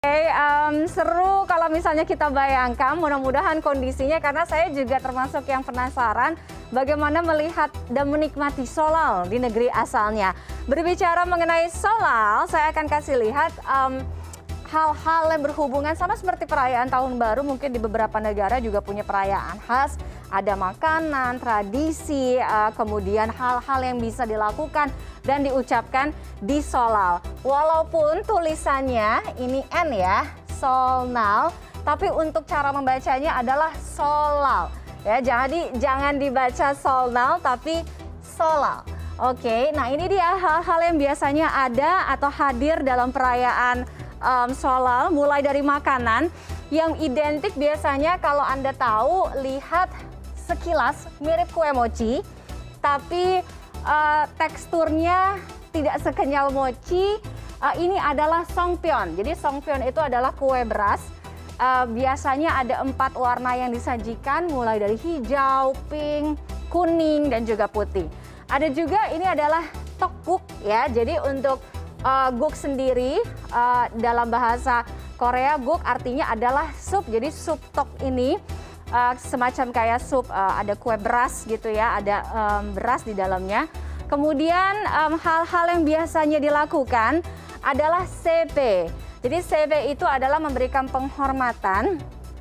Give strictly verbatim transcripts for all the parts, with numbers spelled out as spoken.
Oke, um, seru kalau misalnya kita bayangkan, mudah-mudahan kondisinya, karena saya juga termasuk yang penasaran bagaimana melihat dan menikmati Solal di negeri asalnya. Berbicara mengenai Solal, saya akan kasih lihat um, hal-hal yang berhubungan sama seperti perayaan Tahun Baru. Mungkin di beberapa negara juga punya perayaan khas, ada makanan, tradisi, uh, kemudian hal-hal yang bisa dilakukan dan diucapkan di Solal. Walaupun tulisannya ini N ya, Solnal, tapi untuk cara membacanya adalah Solal. Ya, jadi jangan dibaca Solnal tapi Solal. Oke, nah ini dia hal-hal yang biasanya ada atau hadir dalam perayaan um, Solal, mulai dari makanan yang identik biasanya kalau Anda tahu, lihat sekilas mirip kue mochi, tapi uh, teksturnya tidak sekenyal mochi. Uh, ini adalah songpyeon. Jadi songpyeon itu adalah kue beras. Uh, biasanya ada empat warna yang disajikan, mulai dari hijau, pink, kuning, dan juga putih. Ada juga ini adalah tteokguk ya. Jadi untuk uh, guk sendiri uh, dalam bahasa Korea, guk artinya adalah sup. Jadi sup tok ini uh, semacam kayak sup, uh, ada kue beras gitu ya, ada um, beras di dalamnya. Kemudian um, hal-hal yang biasanya dilakukan adalah C P. Jadi C P itu adalah memberikan penghormatan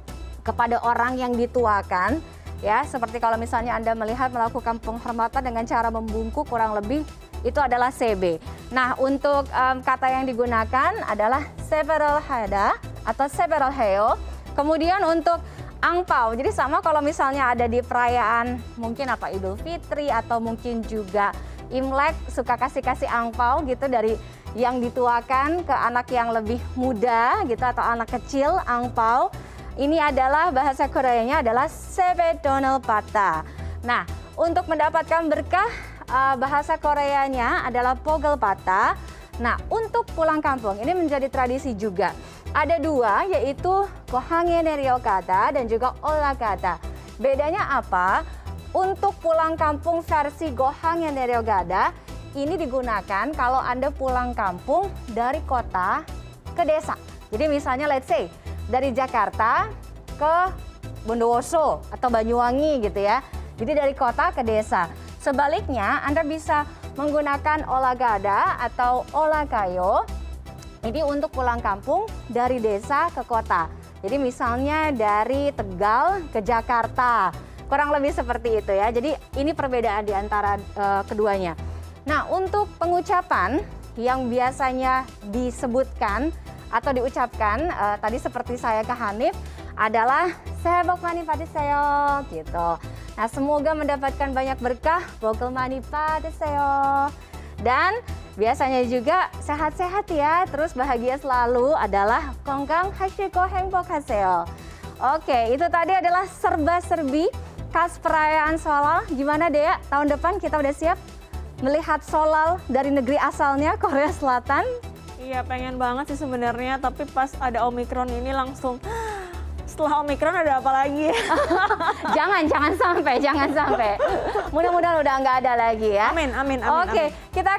kepada orang yang dituakan. Ya, seperti kalau misalnya Anda melihat melakukan penghormatan dengan cara membungkuk, kurang lebih itu adalah C B. Nah, untuk um, kata yang digunakan adalah several hada atau several heo. Kemudian untuk angpau, jadi sama kalau misalnya ada di perayaan mungkin apa Idul Fitri atau mungkin juga Imlek, suka kasih-kasih angpau gitu dari yang dituakan ke anak yang lebih muda gitu atau anak kecil, angpau. Ini adalah bahasa Koreanya adalah sebedonel pata. Nah, untuk mendapatkan berkah, uh, bahasa Koreanya adalah pogel pata. Nah, untuk pulang kampung ini menjadi tradisi juga. Ada dua, yaitu gohangye neryokata dan juga olakata. Bedanya apa? Untuk pulang kampung versi gohangye neryokata ini digunakan kalau Anda pulang kampung dari kota ke desa. Jadi misalnya let's say dari Jakarta ke Bondowoso atau Banyuwangi gitu ya. Jadi dari kota ke desa. Sebaliknya Anda bisa menggunakan olagada atau olakayo. Ini untuk pulang kampung dari desa ke kota. Jadi misalnya dari Tegal ke Jakarta. Kurang lebih seperti itu ya. Jadi ini perbedaan di antara uh, keduanya. Nah, untuk pengucapan yang biasanya disebutkan atau diucapkan uh, tadi seperti saya ke Hanif adalah sebok mani padeseo gitu. Nah, semoga mendapatkan banyak berkah, bokal mani padeseo. Dan biasanya juga sehat-sehat ya, terus bahagia selalu adalah kongkang hashiko hengbokhaseyo. Oke, itu tadi adalah serba-serbi khas perayaan Solal. Gimana Dea? Tahun depan kita udah siap melihat Solal dari negeri asalnya, Korea Selatan? Iya, pengen banget sih sebenarnya, tapi pas ada Omikron ini langsung setelah Omikron ada apa lagi? jangan, jangan sampai, jangan sampai. Mudah-mudahan udah nggak ada lagi ya. Amin, amin, amin. Oke, amin. kita